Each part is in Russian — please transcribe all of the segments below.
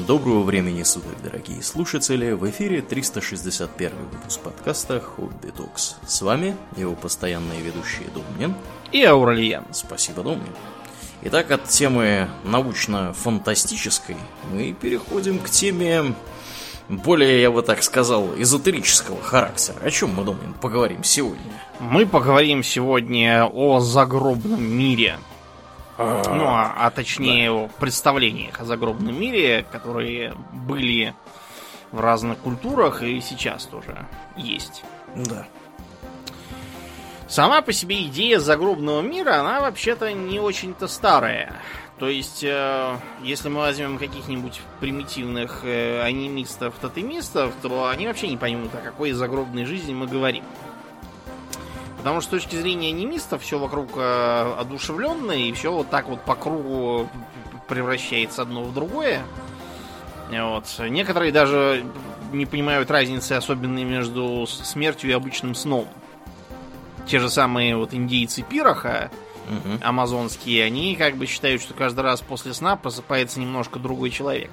Доброго времени суток, дорогие слушатели! В эфире 361 выпуск подкаста Хобби Токс. С вами его постоянные ведущие Домнин и Аурельян. Спасибо, Домнин. Итак, от темы научно-фантастической мы переходим к теме более, я бы так сказал, эзотерического характера. О чем мы, Домнин, поговорим сегодня? Мы поговорим сегодня о загробном мире. А точнее о представлениях о загробном мире, которые были в разных культурах и сейчас тоже есть. Да. Сама по себе идея загробного мира, она вообще-то не очень-то старая. То есть, если мы возьмем каких-нибудь примитивных анимистов, тотемистов, то они вообще не поймут, о какой загробной жизни мы говорим. Потому что с точки зрения анимистов все вокруг одушевленное, и все вот так вот по кругу превращается одно в другое. Вот. Некоторые даже не понимают разницы особенной между смертью и обычным сном. Те же самые вот индейцы Пираха, амазонские, они как бы считают, что каждый раз после сна просыпается немножко другой человек.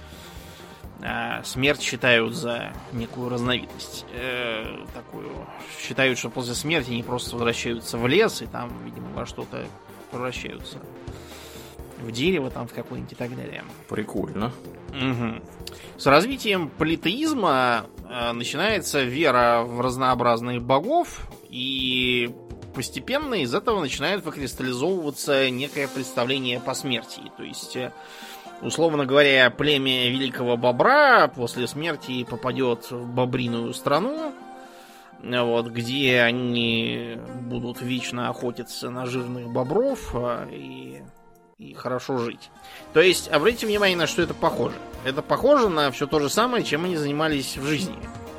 А смерть считают за некую разновидность такую. Считают, что после смерти они просто возвращаются в лес и там, видимо, во что-то превращаются. В дерево там в какое-нибудь и так далее. Прикольно. Угу. С развитием политеизма начинается вера в разнообразных богов, и постепенно из этого начинает выкристаллизовываться некое представление по смерти. То есть, условно говоря, племя Великого Бобра после смерти попадет в бобриную страну, вот, где они будут вечно охотиться на жирных бобров и хорошо жить. То есть, обратите внимание, на что это похоже. Это похоже на все то же самое, чем они занимались в жизни.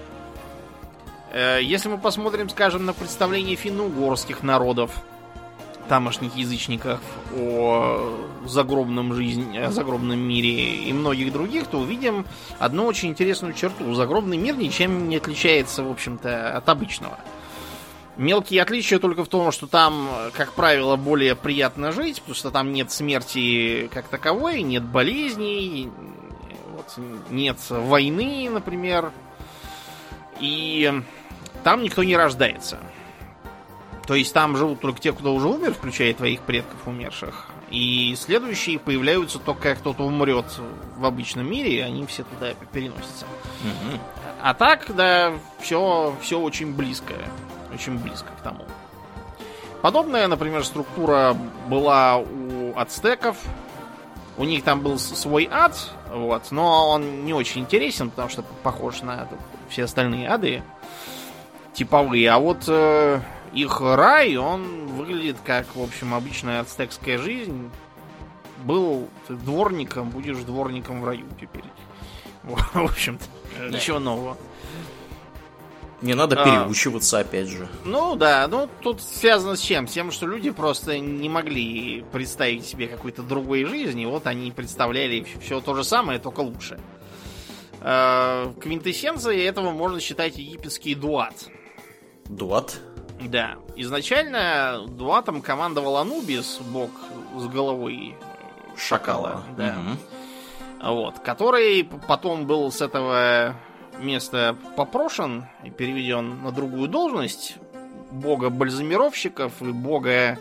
Если мы посмотрим, скажем, на представление финно-угорских народов, тамошних язычников о загробном мире и многих других, то увидим одну очень интересную черту. Загробный мир ничем не отличается, в общем-то, от обычного. Мелкие отличия только в том, что там, как правило, более приятно жить, потому что там нет смерти как таковой, нет болезней, вот, нет войны, например, и там никто не рождается. То есть там живут только те, кто уже умер, включая твоих предков умерших. И следующие появляются только когда кто-то умрет в обычном мире, и они все туда переносятся. Угу. А так, да, все очень близко. Очень близко к тому. Подобная, например, структура была у ацтеков. У них там был свой ад, вот, но он не очень интересен, потому что похож на все остальные ады типовые. А вот их рай, он выглядит как, в общем, обычная ацтекская жизнь. Был ты дворником, будешь дворником в раю теперь. В общем-то, ничего нового. Не надо переучиваться, опять же. Ну да, тут связано с чем? С тем, что люди просто не могли представить себе какой-то другой жизни. Вот они представляли все то же самое, только лучше. Квинтэссенцией этого можно считать египетский дуат. Дуат? Да. Изначально дуатом командовал Анубис, бог с головой шакала. Да. Угу. Вот, который потом был с этого место попрошен и переведен на другую должность бога бальзамировщиков и бога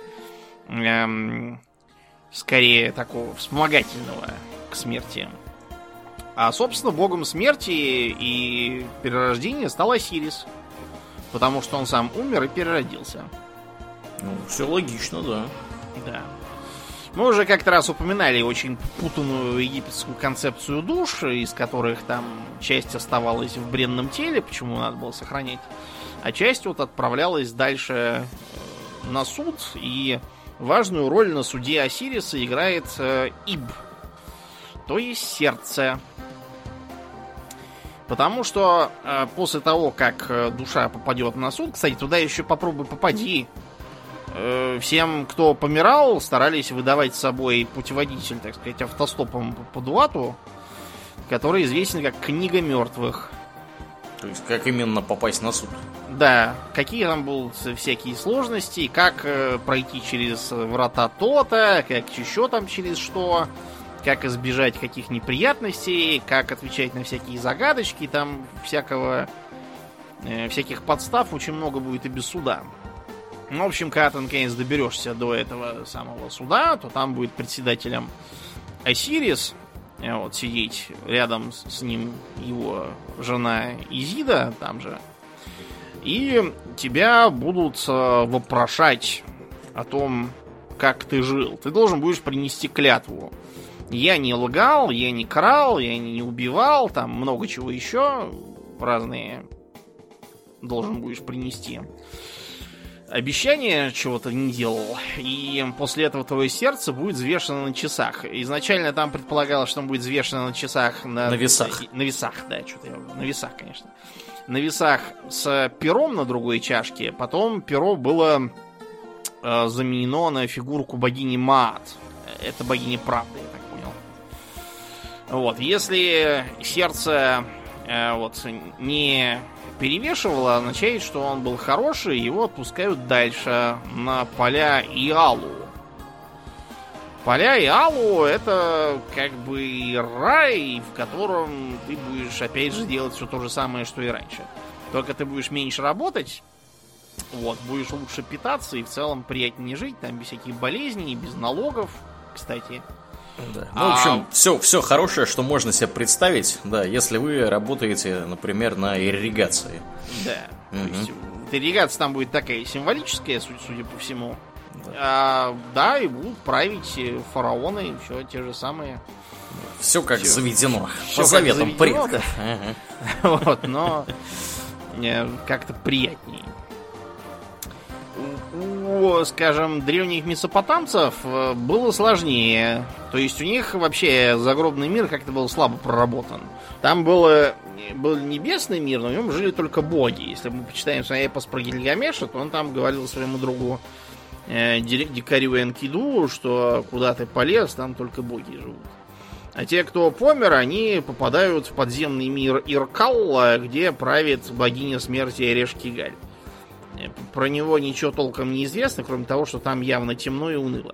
скорее такого вспомогательного к смерти. А собственно богом смерти и перерождения стал Осирис, потому что он сам умер и переродился. Ну, все логично, да. Да. Мы уже как-то раз упоминали очень путанную египетскую концепцию душ, из которых там часть оставалась в бренном теле, почему надо было сохранять, а часть вот отправлялась дальше на суд, и важную роль на суде Осириса играет Иб, то есть сердце. Потому что после того, как душа попадет на суд, кстати, туда еще попробуй попади. Всем, кто помирал, старались выдавать с собой путеводитель, так сказать, автостопом по дуату, который известен как «Книга мертвых». То есть, как именно попасть на суд? Да, какие там будут всякие сложности, как пройти через врата то-то, как еще там через что, как избежать каких неприятностей, как отвечать на всякие загадочки, там всяких подстав очень много будет и без суда. Ну, в общем, когда ты наконец доберешься до этого самого суда, то там будет председателем Осирис, вот, сидеть рядом с ним его жена Изида там же. И тебя будут вопрошать о том, как ты жил. Ты должен будешь принести клятву. Я не лгал, я не крал, я не убивал, там много чего еще разные должен будешь принести. Обещание чего-то не делал, и после этого твое сердце будет взвешено на часах. Изначально там предполагалось, что он будет взвешено на часах... На весах. На весах, да, что-то я... На весах, конечно. На весах с пером на другой чашке. Потом перо было заменено на фигурку богини Маат. Это богиня правды, я так понял. Вот, если сердце не перевешивало, означает, что он был хороший, его отпускают дальше на поля Иалу. Поля Иалу — это как бы рай, в котором ты будешь опять же делать все то же самое, что и раньше. Только ты будешь меньше работать, вот, будешь лучше питаться и в целом приятнее жить, там без всяких болезней, без налогов, кстати. Да. Ну, в общем, все хорошее, что можно себе представить, да, если вы работаете, например, на ирригации. Да. То есть ирригация там будет такая символическая, судя по всему. Да. Да, и будут править фараоны, все те же самые. Все как заведено. Все по заветам предков. Да. Вот, но как-то приятнее. У, скажем, древних месопотамцев было сложнее. То есть у них вообще загробный мир как-то был слабо проработан. Там был небесный мир, но в нем жили только боги. Если мы почитаем свой эпос про Гильгамеша, то он там говорил своему другу дикарю Энкиду, что куда ты полез, там только боги живут. А те, кто помер, они попадают в подземный мир Иркалла, где правит богиня смерти Эрешкигаль. Про него ничего толком не известно, кроме того, что там явно темно и уныло.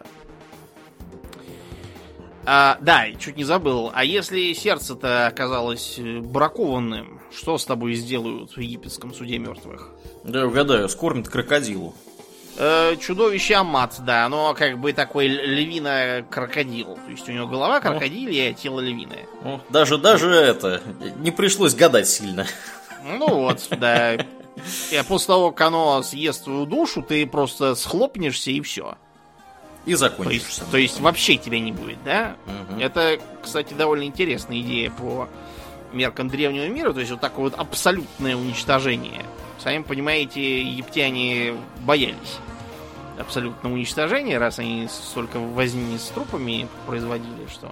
Да, чуть не забыл. А если сердце-то оказалось бракованным, что с тобой сделают в египетском суде мертвых? Да, угадаю, скормят крокодилу. Чудовище Амат, да, оно как бы такой львино-крокодил. То есть у него голова крокодилья, а тело львиное. Даже это, не пришлось гадать сильно. Ну вот, да. И после того, как оно съест твою душу, ты просто схлопнешься и все. И закончишься. То есть вообще тебя не будет, да? Угу. Это, кстати, довольно интересная идея по меркам древнего мира. То есть вот такое вот абсолютное уничтожение. Сами понимаете, египтяне боялись абсолютного уничтожения, раз они столько возни с трупами производили, что...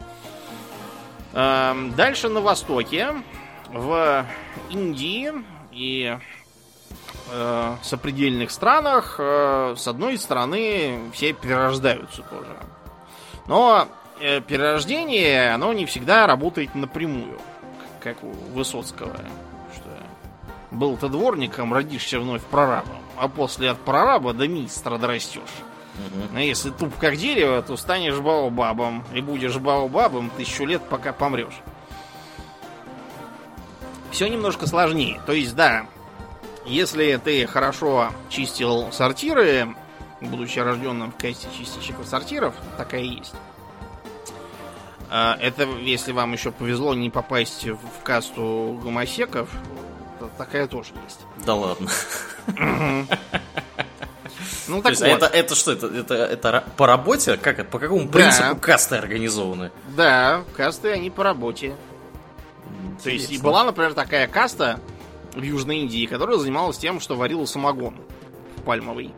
Дальше на востоке, в Индии и сопредельных странах, с одной стороны, все перерождаются тоже. Но перерождение, оно не всегда работает напрямую, как у Высоцкого, что был-то дворником, родишься вновь прорабом, а после от прораба до министра дорастешь. А если туп как дерево, то станешь баобабом, и будешь баобабом 1000 лет, пока помрешь. Все немножко сложнее. То есть, да, если ты хорошо чистил сортиры, будучи рожденным в касте чистильщиков сортиров, такая есть. Это если вам еще повезло не попасть в касту гомосеков, такая тоже есть. Да ладно. Ну, так то есть, вот. это что? Это по работе? Как это? По какому принципу касты организованы? Да, касты они по работе. Интересно. То есть была, например, такая каста в Южной Индии, которая занималась тем, что варила самогон пальмовый.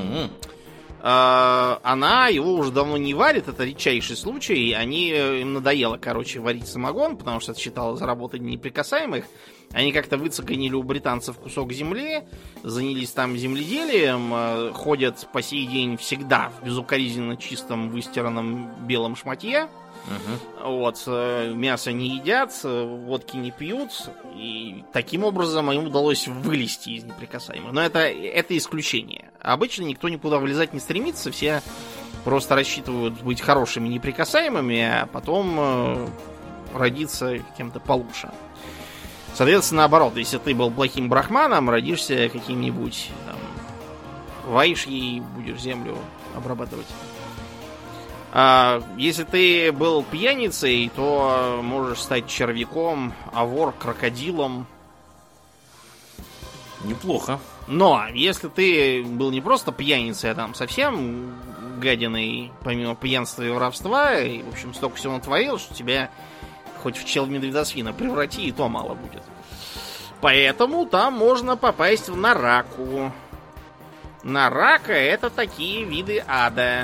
Она его уже давно не варит, это редчайший случай. Им надоело, варить самогон, потому что это считалось за работой неприкасаемых. Они как-то выцегонили у британцев кусок земли, занялись там земледелием, ходят по сей день всегда в безукоризненно чистом выстиранном белом шматье. Вот, мясо не едят, водки не пьют, и таким образом им удалось вылезти из неприкасаемых. Но это исключение. Обычно никто никуда вылезать не стремится, все просто рассчитывают быть хорошими, неприкасаемыми, а потом родиться кем-то получше. Соответственно, наоборот, если ты был плохим брахманом, родишься каким-нибудь там вайшьей и будешь землю обрабатывать. А если ты был пьяницей, то можешь стать червяком, а вор крокодилом. Неплохо. Но если ты был не просто пьяницей, а там совсем гадиной, помимо пьянства и воровства, и, в общем, столько всего натворил, что тебя хоть в чел-медведосвина преврати, и то мало будет. Поэтому там можно попасть в Нараку. Нарака — это такие виды ада.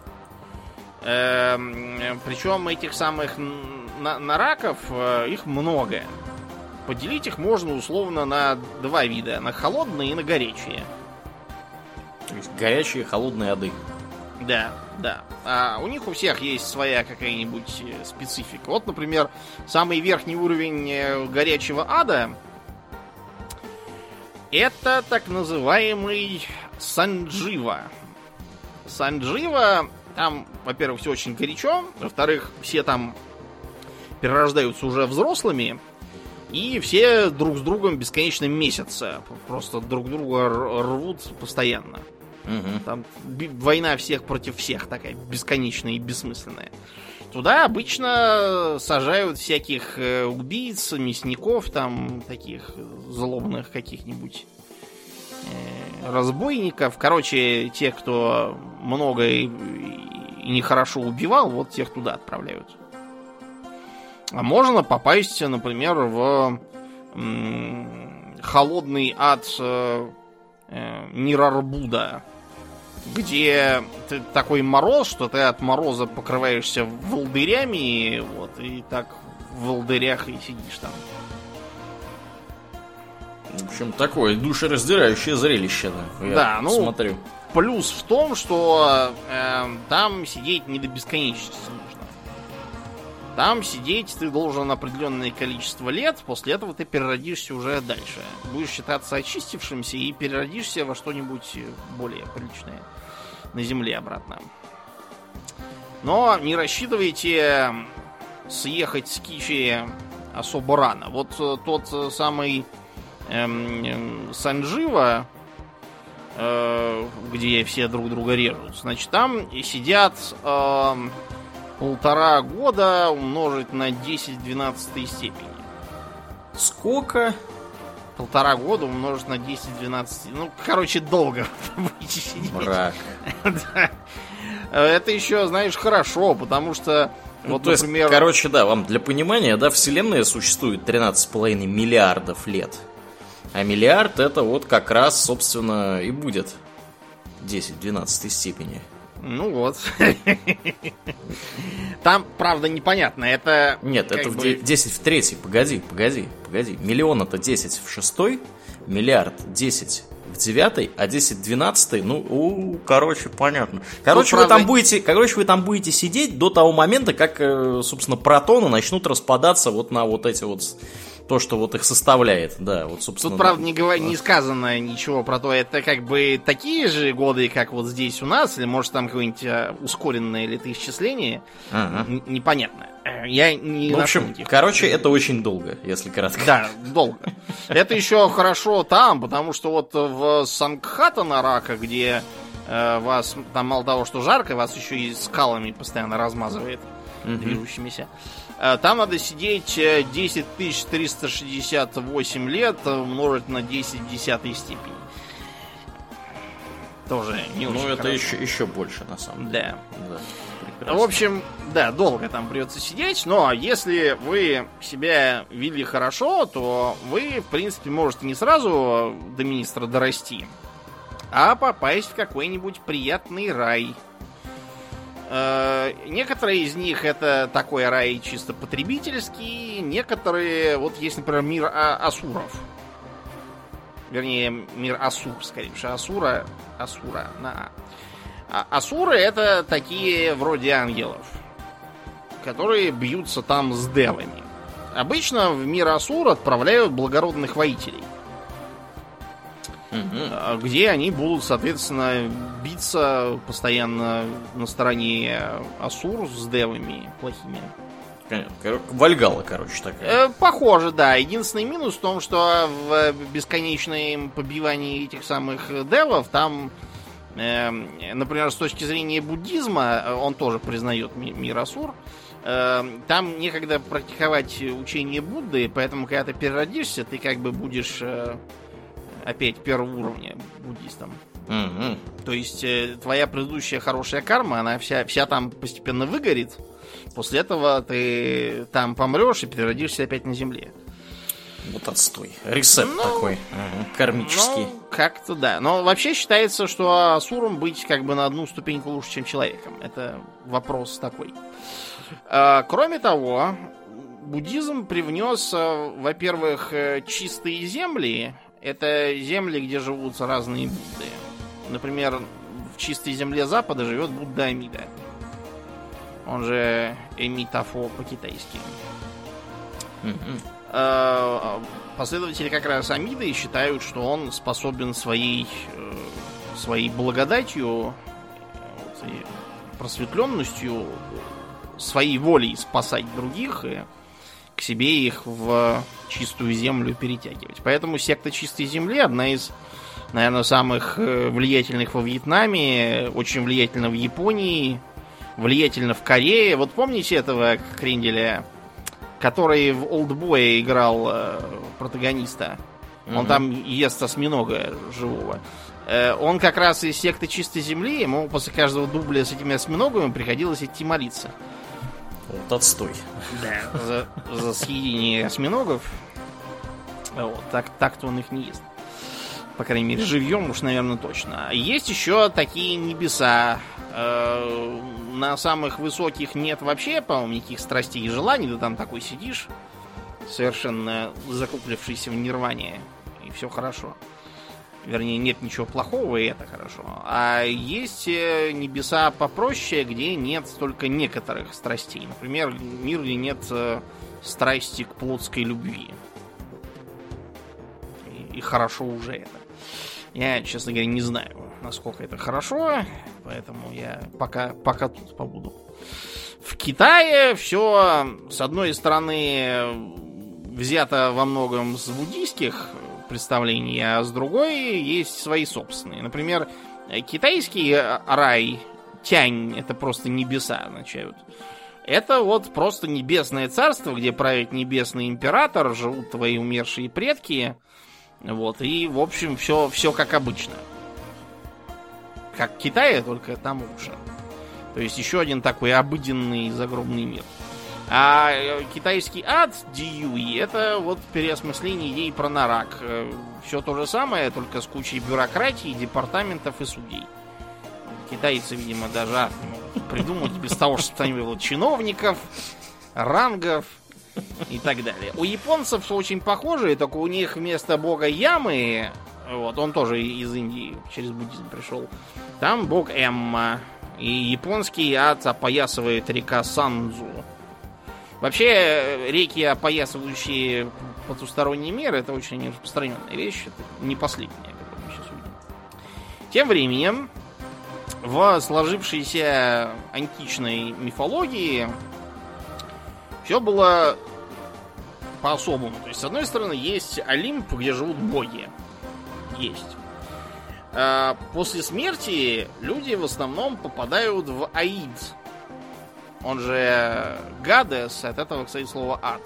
Причем этих самых нараков, их много. Поделить их можно условно на два вида. На холодные и на горячие. То есть горячие, холодные ады. Да, да. А у них у всех есть своя какая-нибудь специфика. Вот, например, самый верхний уровень горячего ада — это так называемый Санджива. Санджива, там, во-первых, все очень горячо, во-вторых, все там перерождаются уже взрослыми, и все друг с другом бесконечно месяца. Просто друг друга рвут постоянно. Угу. Там война всех против всех такая бесконечная и бессмысленная. Туда обычно сажают всяких убийц, мясников, там таких злобных каких-нибудь разбойников. Короче, тех, кто много и нехорошо убивал, вот тех туда отправляют. А можно попасть, например, в холодный ад Нирарбуда, где ты такой мороз, что ты от мороза покрываешься волдырями, вот, и так в волдырях и сидишь там. В общем, такое душераздирающее зрелище, да, я да, ну, смотрю. Плюс в том, что там сидеть не до бесконечности нужно. Там сидеть ты должен определенное количество лет, после этого ты переродишься уже дальше. Будешь считаться очистившимся и переродишься во что-нибудь более приличное на земле обратно. Но не рассчитывайте съехать с кичи особо рано. Вот тот самый Санджива, где все друг друга режут, значит, там сидят 1,5 года умножить на 10 в 12 степени. Сколько? 1,5 года умножить на 10 в 12. Ну, короче, долго будете сидеть. Брак. Да. Это еще, знаешь, хорошо, потому что вот, то например... есть, короче, да, вам для понимания, да, Вселенная существует 13,5 миллиардов лет. А миллиард это вот как раз, собственно, и будет 10 в 12 степени. Ну вот. Там, правда, непонятно. Это... Нет, это 10 в 3. Погоди. Миллион это 10 в 6, миллиард 10 в 9, а 10 в 12, ну, короче, понятно. Короче, ну, вы там будете сидеть до того момента, как, собственно, протоны начнут распадаться вот на вот эти вот... То, что вот их составляет, да, вот, собственно... Тут, правда, не сказано ничего про то, это как бы такие же годы, как вот здесь у нас, или, может, там какое-нибудь ускоренное летоисчисление, непонятно. Я не в общем, короче, это очень долго, если кратко. Да, долго. Это еще хорошо там, потому что вот в Сангхата-Нарака, где вас, там мало того, что жарко, вас еще и скалами постоянно размазывает, движущимися. Там надо сидеть 10 368 лет умножить на 10 в 10 степени. Тоже не очень это хорошо. еще больше, на самом деле. Да. В общем, да, долго там придется сидеть, но если вы себя вели хорошо, то вы, в принципе, можете не сразу до министра дорасти, а попасть в какой-нибудь приятный рай. Некоторые из них это такой рай чисто потребительский, некоторые, вот есть, например, мир асуров. Вернее, мир Асур, скорее всего. Асура. Асуры это такие вроде ангелов, которые бьются там с девами. Обычно в мир Асур отправляют благородных воителей. где они будут, соответственно, биться постоянно на стороне Асур с девами плохими. Вальгалла, короче, такая. Похоже, да. Единственный минус в том, что в бесконечном побивании этих самых девов там, например, с точки зрения буддизма, он тоже признает мир Асур, там некогда практиковать учение Будды, поэтому, когда ты переродишься, ты как бы будешь опять первого уровня буддистом. То есть твоя предыдущая хорошая карма, она вся там постепенно выгорит. После этого ты там помрешь и переродишься опять на земле. Вот отстой. Ресет такой. Кармический. Как-то да. Но вообще считается, что асуром быть как бы на одну ступеньку лучше, чем человеком. Это вопрос такой. Кроме того, буддизм привнес, во-первых, чистые земли. Это земли, где живут разные Будды. Например, в чистой земле Запада живет Будда Амида. Он же Эмитафо по-китайски. Последователи как раз Амиды считают, что он способен своей благодатью, просветленностью, своей волей спасать других и к себе их в чистую землю перетягивать. Поэтому секта чистой земли одна из, наверное, самых влиятельных во Вьетнаме, очень влиятельна в Японии, влиятельно в Корее. Вот помните этого кренделя, который в Олдбое играл протагониста? Он там ест осьминога живого. Он как раз из секты чистой земли, ему после каждого дубля с этими осьминогами приходилось идти молиться. Вот отстой. Да, за съедение осьминогов. Вот, так-то он их не ест. По крайней мере, живьем уж, наверное, точно. Есть еще такие небеса. На самых высоких нет вообще, по-моему, никаких страстей и желаний. Ты там такой сидишь, совершенно закуплившийся в нирване, и все хорошо. Вернее, нет ничего плохого, и это хорошо. А есть небеса попроще, где нет только некоторых страстей. Например, мир, где нет страсти к плотской любви. И хорошо уже это. Я, честно говоря, не знаю, насколько это хорошо, поэтому я пока тут побуду. В Китае все, с одной стороны, взято во многом с буддийских представлений, а с другой есть свои собственные. Например, китайский рай, тянь, это просто небеса означают. Это вот просто небесное царство, где правит небесный император, живут твои умершие предки. Вот, и, в общем, все как обычно. Как в Китае, только там лучше. То есть еще один такой обыденный загробный мир. А китайский ад, Диюи, это вот переосмысление идей про нарак. Все то же самое, только с кучей бюрократии, департаментов и судей. Китайцы, видимо, даже ад не могут придумать без того, чтобы там было чиновников, рангов и так далее. У японцев все очень похоже, только у них вместо бога Ямы, вот, он тоже из Индии через буддизм пришел, там бог Эмма. И японский ад опоясывает река Сандзу. Вообще, реки, опоясывающие потусторонний мир, это очень распространенная вещь. Это не последняя, которую мы сейчас увидим. Тем временем, в сложившейся античной мифологии все было по-особому. То есть, с одной стороны, есть Олимп, где живут боги. Есть. А после смерти люди в основном попадают в Аид. Он же Гадес, от этого, кстати, слово ад.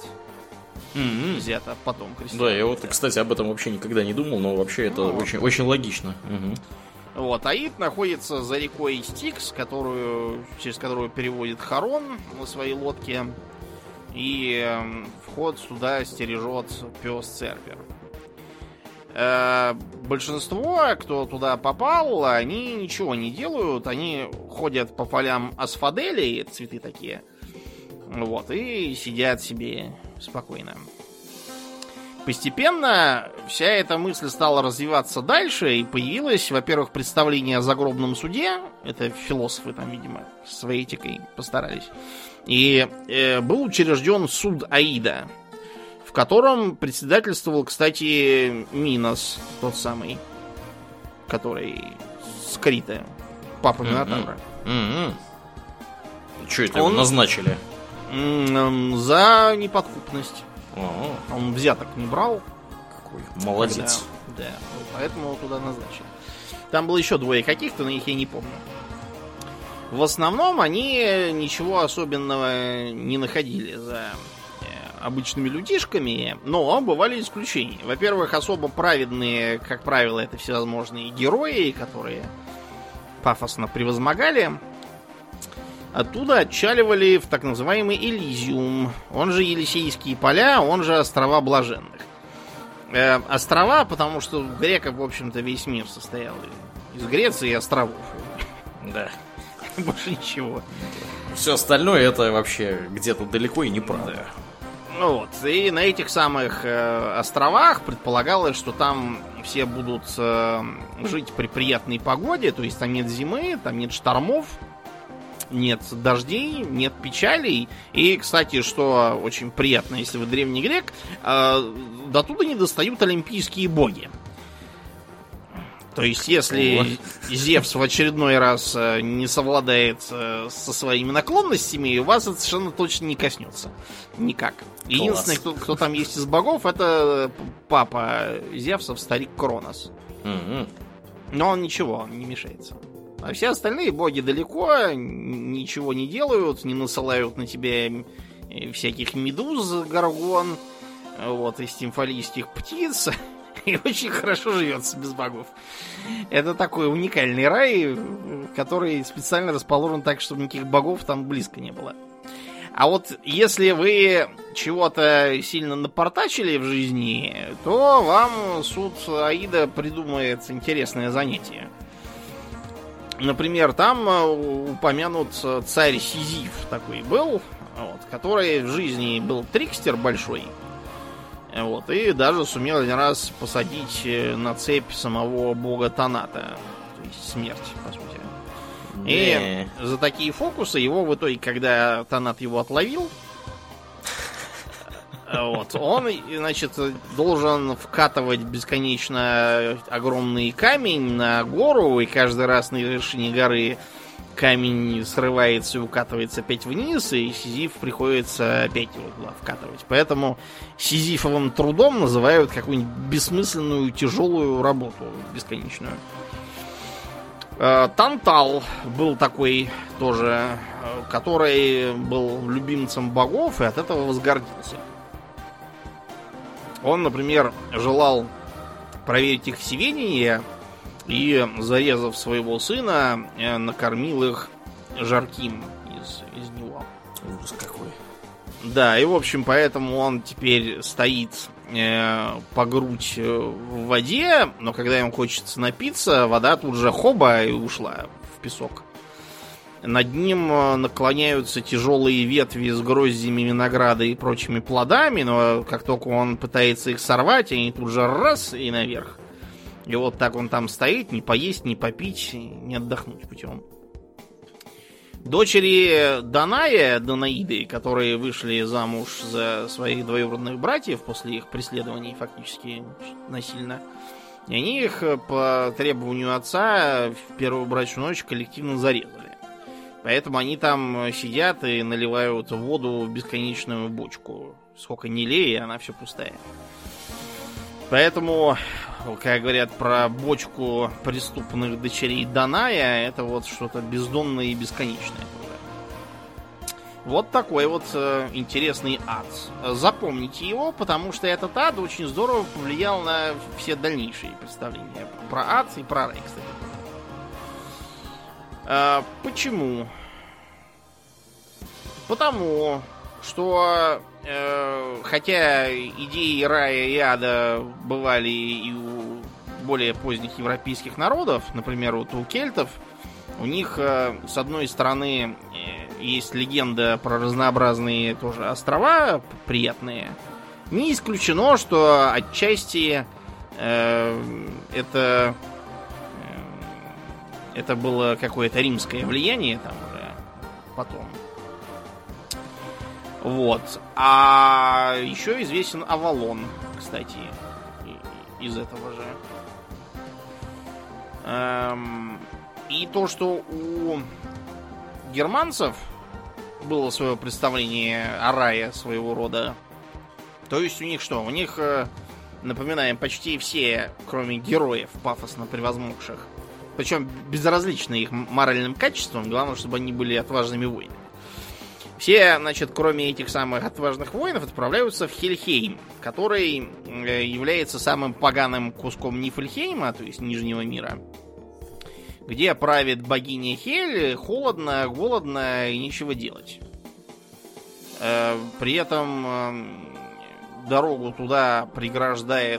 Взято потом крестьян. Да, я вот, кстати, об этом вообще никогда не думал, но вообще это очень, очень логично. Вот, Аид находится за рекой Стикс, через которую переводит Харон на своей лодке. И вход сюда стережет пес Цербер. Большинство, кто туда попал, они ничего не делают. Они ходят по полям асфаделей, это цветы такие. Вот, и сидят себе спокойно. Постепенно вся эта мысль стала развиваться дальше, и появилось, во-первых, представление о загробном суде. Это философы там, видимо, с этикой постарались. И был учрежден суд Аида, в котором председательствовал, кстати, Минос, тот самый. который с Крита, папа Минотавра. Что это назначили? За неподкупность. Он взяток не брал. Какой молодец. Да, поэтому его туда назначили. Там было еще двое каких-то, но их я не помню. В основном они ничего особенного не находили за обычными людишками, но бывали исключения. Во-первых, особо праведные, как правило, это всевозможные герои, которые пафосно превозмогали. Оттуда отчаливали в так называемый Элизиум, он же Елисейские поля, он же острова Блаженных. Острова, потому что у греков, в общем-то, весь мир состоял из Греции и островов. Да. Больше ничего. Все остальное это вообще где-то далеко и неправда. Да. Ну вот, и на этих самых островах предполагалось, что там все будут жить при приятной погоде, то есть там нет зимы, там нет штормов, нет дождей, нет печалей. И, кстати, что очень приятно, если вы древний грек, до туда не достают олимпийские боги. То есть, если Зевс в очередной раз не совладает со своими наклонностями, вас это совершенно точно не коснется. Никак. Единственный, кто там есть из богов, это папа Зевсов, старик Кронос. Но он ничего, он не мешается. А все остальные боги далеко, ничего не делают, не насылают на тебя всяких медуз, горгон, вот, и стимфалийских птиц. И очень хорошо живется без богов. Это такой уникальный рай, который специально расположен так, чтобы никаких богов там близко не было. А вот если вы чего-то сильно напортачили в жизни, то вам суд Аида придумает интересное занятие. Например, там упомянут царь Сизиф такой был, вот, который в жизни был трикстер большой. Вот, и даже сумел один раз посадить на цепь самого бога Таната. То есть смерть, по сути. И за такие фокусы его в итоге, когда Танат его отловил, вот, он, значит, должен вкатывать бесконечно огромный камень на гору, и каждый раз на вершине горы камень срывается и укатывается опять вниз, и Сизиф приходится опять его туда вкатывать. Поэтому сизифовым трудом называют какую-нибудь бессмысленную тяжелую работу бесконечную. Тантал был такой тоже, который был любимцем богов и от этого возгордился. Он, например, желал проверить их всеведение и, зарезав своего сына, накормил их жарким из него. Ужас какой. Да, и, в общем, поэтому он теперь стоит по грудь в воде, но когда ему хочется напиться, вода тут же хоба и ушла в песок. Над ним наклоняются тяжелые ветви с гроздьями винограда и прочими плодами, но как только он пытается их сорвать, они тут же раз и наверх. И вот так он там стоит, не поесть, не попить, не отдохнуть путем. Дочери Даная, Данаиды, которые вышли замуж за своих двоюродных братьев после их преследований фактически насильно, и они их по требованию отца в первую брачную ночь коллективно зарезали. Поэтому они там сидят и наливают воду в бесконечную бочку. Сколько ни лей, она все пустая. Поэтому, как говорят про бочку преступных дочерей Даная, это вот что-то бездонное и бесконечное. Вот такой вот интересный ад. Запомните его, потому что этот ад очень здорово повлиял на все дальнейшие представления про ад и про рай, кстати. Почему? Потому что хотя идеи рая и ада бывали и у более поздних европейских народов, например, вот у кельтов, у них с одной стороны есть легенда про разнообразные тоже острова приятные. Не исключено, что отчасти это было какое-то римское влияние там уже потом. Вот. А еще известен Авалон, кстати, из этого же. И то, что у германцев было свое представление о рае своего рода, то есть у них что? У них, напоминаем, почти все, кроме героев, пафосно превозмогших, причем безразлично их моральным качествам, главное, чтобы они были отважными воинами. Все, значит, кроме этих самых отважных воинов, отправляются в Хельхейм, который является самым поганым куском Нифльхейма, то есть Нижнего мира, где правит богиня Хель, холодно, голодно и нечего делать. При этом дорогу туда преграждает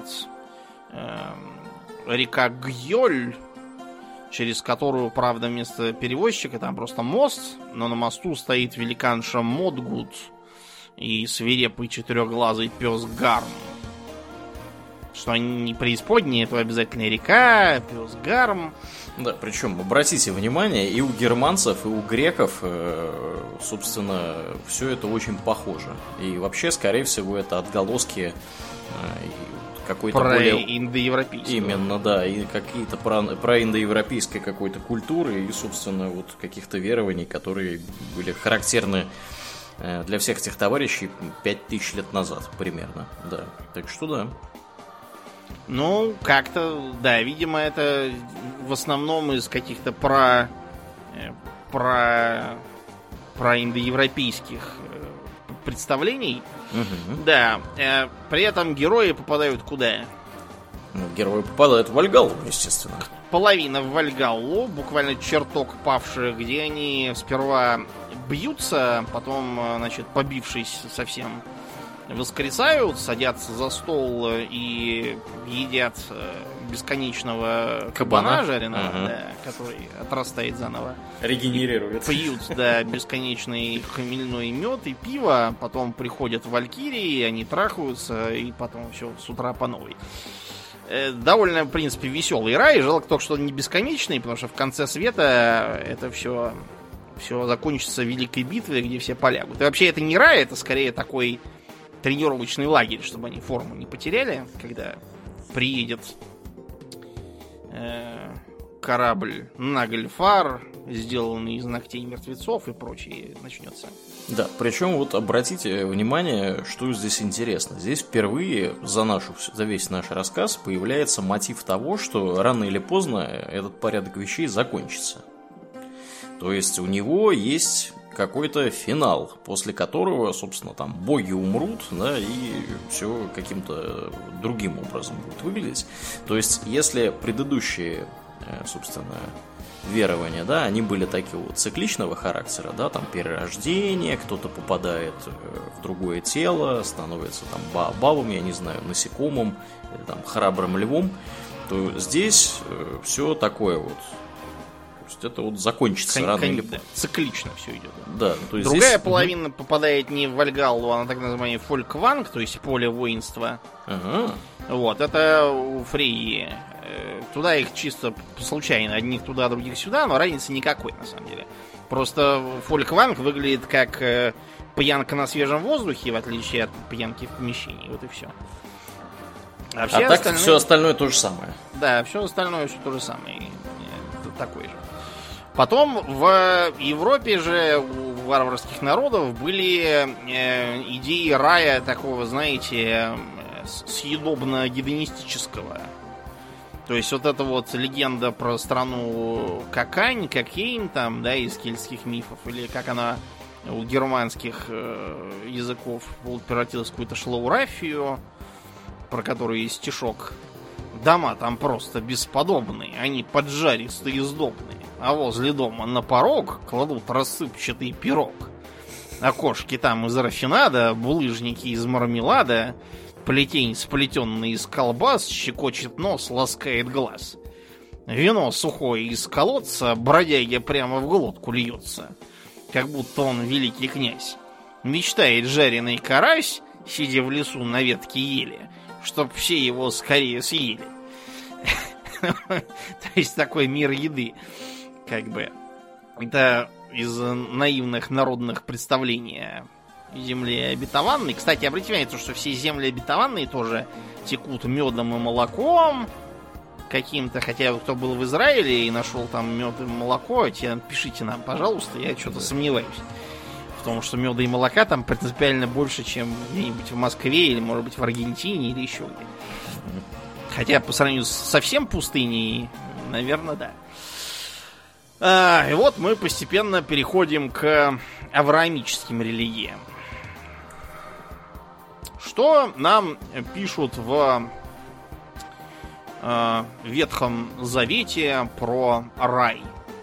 река Гьёль, через которую, правда, вместо перевозчика там просто мост, но на мосту стоит великанша Модгут и свирепый четырехглазый пес Гарм. Что они не преисподние, это обязательно река, пес Гарм. Да, причем, обратите внимание, и у германцев, и у греков, собственно, все это очень похоже. И вообще, скорее всего, это отголоски какой-то более... индоевропейской. Именно, да, и какие-то про индоевропейской какой-то культуры и, собственно, вот каких-то верований, которые были характерны для всех этих товарищей 5000 лет назад примерно, да. Так что да. Ну, как-то, да, видимо, это в основном из каких-то про индоевропейских представлений. Угу. Да, при этом герои попадают куда? Герои попадают в Вальгаллу, естественно. Половина в Вальгаллу, буквально чертог павших, где они сперва бьются, потом, значит, побившись совсем, воскресают, садятся за стол и едят бесконечного кабана жареного, да, который отрастает заново. Регенерируется. Пьют, да, бесконечный хмельной мед и пиво, потом приходят валькирии, они трахаются, и потом все с утра по новой. Довольно, в принципе, веселый рай. Жалко только, что он не бесконечный, потому что в конце света это все закончится великой битвой, где все полягут. И вообще это не рай, это скорее такой тренировочный лагерь, чтобы они форму не потеряли, когда приедет корабль Нагльфар, сделанный из ногтей мертвецов и прочее, начнется. Да, причем вот обратите внимание, что здесь интересно. Здесь впервые за весь наш рассказ появляется мотив того, что рано или поздно этот порядок вещей закончится. То есть у него есть какой-то финал, после которого, собственно, там боги умрут, да, и все каким-то другим образом будет выглядеть. То есть, если предыдущие, собственно, верования, да, они были такие вот цикличного характера, да, там перерождение, кто-то попадает в другое тело, становится там баобабом, я не знаю, насекомым, или там храбрым львом, то здесь все такое вот. То есть это вот закончится рано или поздно. Циклично все идет. Да, то есть другая здесь... половина попадает не в Вальгаллу, а на так называемый фолькванг, то есть поле воинства. Вот, это у Фрейи. Туда их чисто случайно, одних туда, других сюда, но разницы никакой на самом деле. Просто фолькванг выглядит как пьянка на свежем воздухе, в отличие от пьянки в помещении. Вот и все. А так все остальное то же самое. Да, все остальное все то же самое. Такой же. Потом в Европе же у варварских народов были идеи рая такого, знаете, съедобно-гедонистического. То есть вот эта вот легенда про страну Какань, Кокейн там, да, из кельтских мифов, или как она у германских языков превратилась в какую-то шлаурафию, про которую есть стишок. Дома там просто бесподобные, они поджаристые и сдобные. А возле дома на порог кладут рассыпчатый пирог. Окошки там из рафинада, булыжники из мармелада, плетень, сплетенный из колбас, щекочет нос, ласкает глаз. Вино сухое из колодца, бродяге прямо в глотку льется, как будто он великий князь. Мечтает жареный карась, сидя в лесу на ветке ели, чтоб все его скорее съели. То есть такой мир еды, как бы. Это из наивных народных представлений о земле обетованной. Кстати, обратите внимание, что все земли обетованные тоже текут медом и молоком. каким-то, хотя кто был в Израиле и нашел там мед и молоко, те пишите нам, пожалуйста, я что-то сомневаюсь в том, что меда и молока там принципиально больше, чем где-нибудь в Москве или, может быть, в Аргентине или еще где. Хотя по сравнению с совсем пустыней, наверное, да. И вот мы постепенно переходим к авраамическим религиям. Что нам пишут в Ветхом Завете про рай?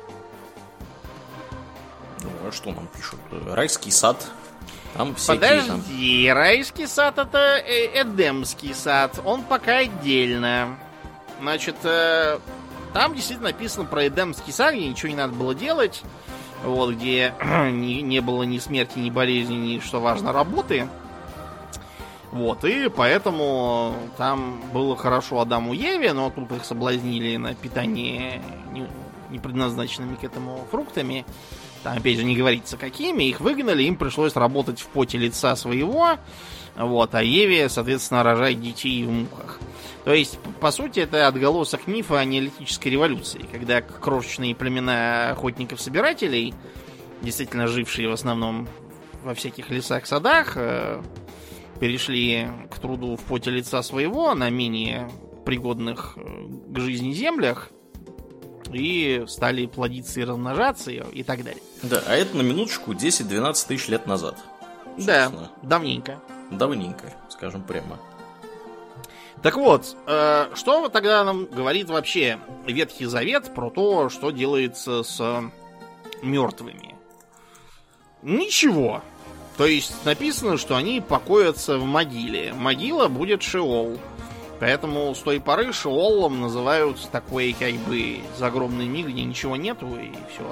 Ну, а что нам пишут? Райский сад. Там всякие, подожди, там... райский сад это Эдемский сад. Он пока отдельно. Значит, там действительно написано про Эдемский сад, где ничего не надо было делать. Вот, где не было ни смерти, ни болезни, ни, что важно, работы. Вот, и поэтому там было хорошо Адаму и Еве, но тут их соблазнили на питание не предназначенными к этому фруктами. Там, опять же, не говорится какими. Их выгнали, им пришлось работать в поте лица своего. Вот, а Еве, соответственно, рожать детей в муках. То есть, по сути, это отголосок мифа о неолитической революции, когда крошечные племена охотников-собирателей, действительно жившие в основном во всяких лесах-садах, перешли к труду в поте лица своего на менее пригодных к жизни землях и стали плодиться и размножаться и так далее. Да, а это на минуточку 10-12 тысяч лет назад. Да, давненько. Давненько, скажем прямо. Так вот, что тогда нам говорит вообще Ветхий Завет про то, что делается с мертвыми? Ничего. То есть написано, что они покоятся в могиле. Могила будет Шеол. Поэтому с той поры Шеолом называют такой, как бы, загробный мир, где ничего нету, и все.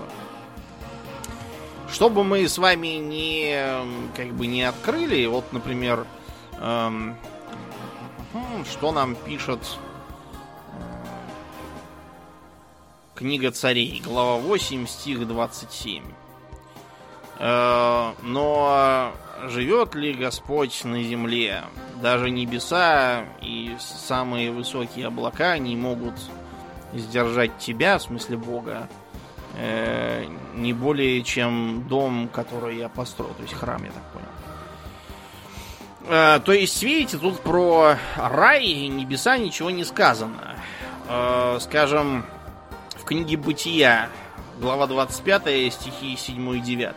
Чтобы мы с вами не открыли, вот, например, что нам пишет Книга Царей, глава 8, стих 27. Но живет ли Господь на земле? Даже небеса и самые высокие облака не могут сдержать тебя, в смысле Бога, не более, чем дом, который я построю. То есть храм, я так понял. То есть, видите, тут про рай и небеса ничего не сказано. Скажем, в книге Бытия, глава 25, стихи 7 и 9.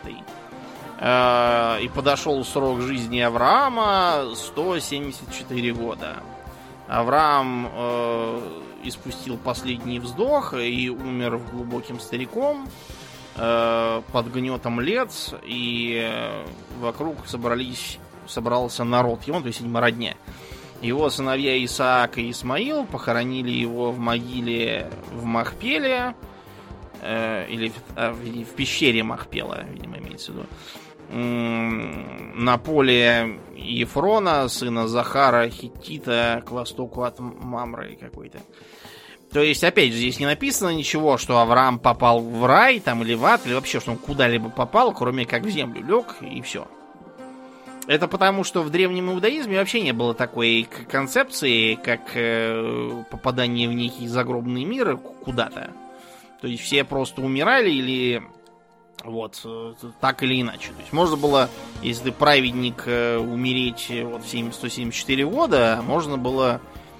И подошел срок жизни Авраама 174 года. Авраам испустил последний вздох и умер глубоким стариком под гнетом лет, и вокруг собрался народ его, то есть родня. Его сыновья Исаак и Исмаил похоронили его в могиле в Махпеле, или в пещере Махпела, видимо, имеется в виду, на поле Ефрона, сына Захара Хиттита, к востоку от Мамры какой-то. То есть, опять же, здесь не написано ничего, что Авраам попал в рай там, или в ад, или вообще, что он куда-либо попал, кроме как в землю лег, и все. Это потому, что в древнем иудаизме вообще не было такой концепции, как попадание в некий загробный мир куда-то. То есть все просто умирали или вот так или иначе. То есть можно было, если ты праведник, умереть вот в 174 года, можно было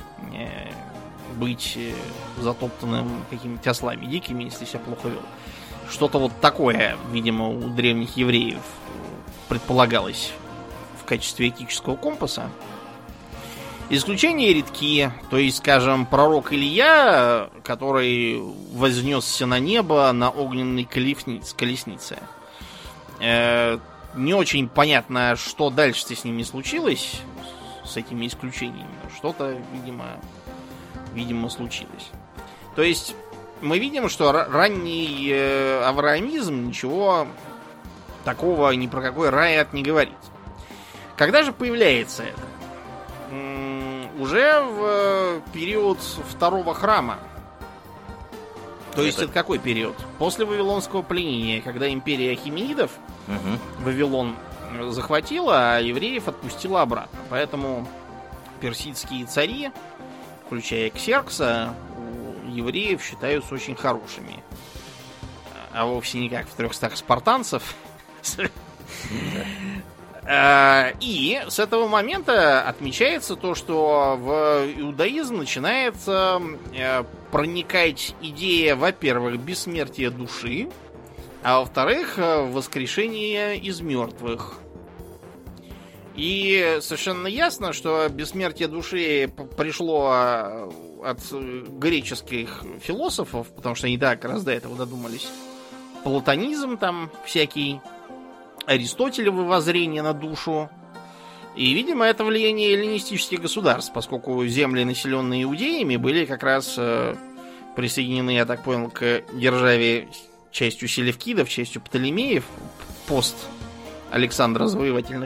быть затоптанным какими-то ослами дикими, если себя плохо вел. Что-то вот такое, видимо, у древних евреев предполагалось в качестве этического компаса. Исключения редки. То есть, скажем, пророк Илья, который вознесся на небо на огненной колеснице. Не очень понятно, что дальше с ними случилось, с этими исключениями. Что-то, видимо, случилось. То есть, мы видим, что ранний авраамизм ничего такого ни про какой рай не говорит. Когда же появляется это? Уже в период второго храма. То есть это какой период? После Вавилонского пленения, когда империя Ахименидов Вавилон захватила, а евреев отпустила обратно. Поэтому персидские цари, включая Ксеркса, евреев считаются очень хорошими. А вовсе не как в 300 спартанцев. И с этого момента отмечается то, что в иудаизм начинает проникать идея, во-первых, бессмертия души, а во-вторых, воскрешения из мертвых. И совершенно ясно, что бессмертие души пришло от греческих философов, потому что они так раз до этого додумались. Платонизм там всякий, Аристотелево воззрение на душу. И, видимо, это влияние эллинистических государств, поскольку земли, населенные иудеями, были как раз присоединены, я так понял, к державе частью селевкидов, частью Птолемеев, пост Александра Завоевательных.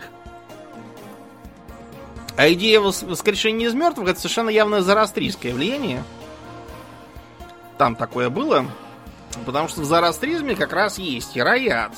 А идея воскрешения из мертвых — это совершенно явно зороастрийское влияние. Там такое было. Потому что в зороастризме как раз есть и рай, и ад.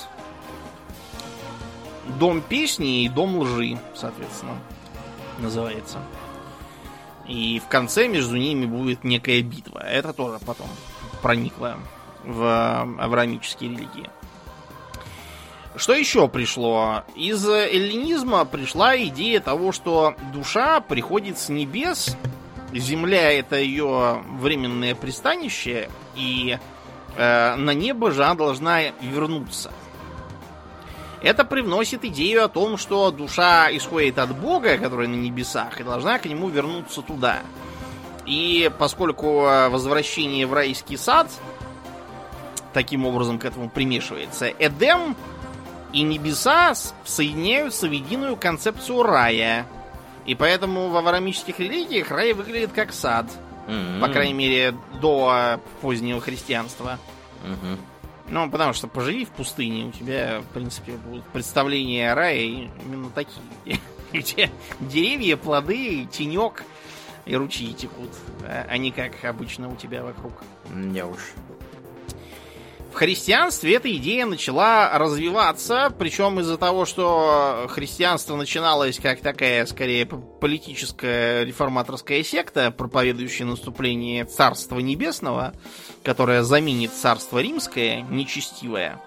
Дом песни и дом лжи, соответственно, называется. И в конце между ними будет некая битва. Это тоже потом проникло в авраамические религии. Что еще пришло? Из эллинизма пришла идея того, что душа приходит с небес, земля — это ее временное пристанище, и на небо же она должна вернуться. Это привносит идею о том, что душа исходит от Бога, который на небесах, и должна к нему вернуться туда. И поскольку возвращение в райский сад таким образом к этому примешивается, Эдем и небеса соединяются в единую концепцию рая. И поэтому в авраамических религиях рай выглядит как сад. По крайней мере, до позднего христианства. Ну, потому что поживи в пустыне, у тебя, в принципе, будут представления о рае именно такие. Где деревья, плоды, тенек и ручьи текут. А не как обычно у тебя вокруг. Не уж. В христианстве эта идея начала развиваться, причем из-за того, что христианство начиналось как такая, скорее, политическая реформаторская секта, проповедующая наступление Царства Небесного, которое заменит Царство Римское, нечестивое.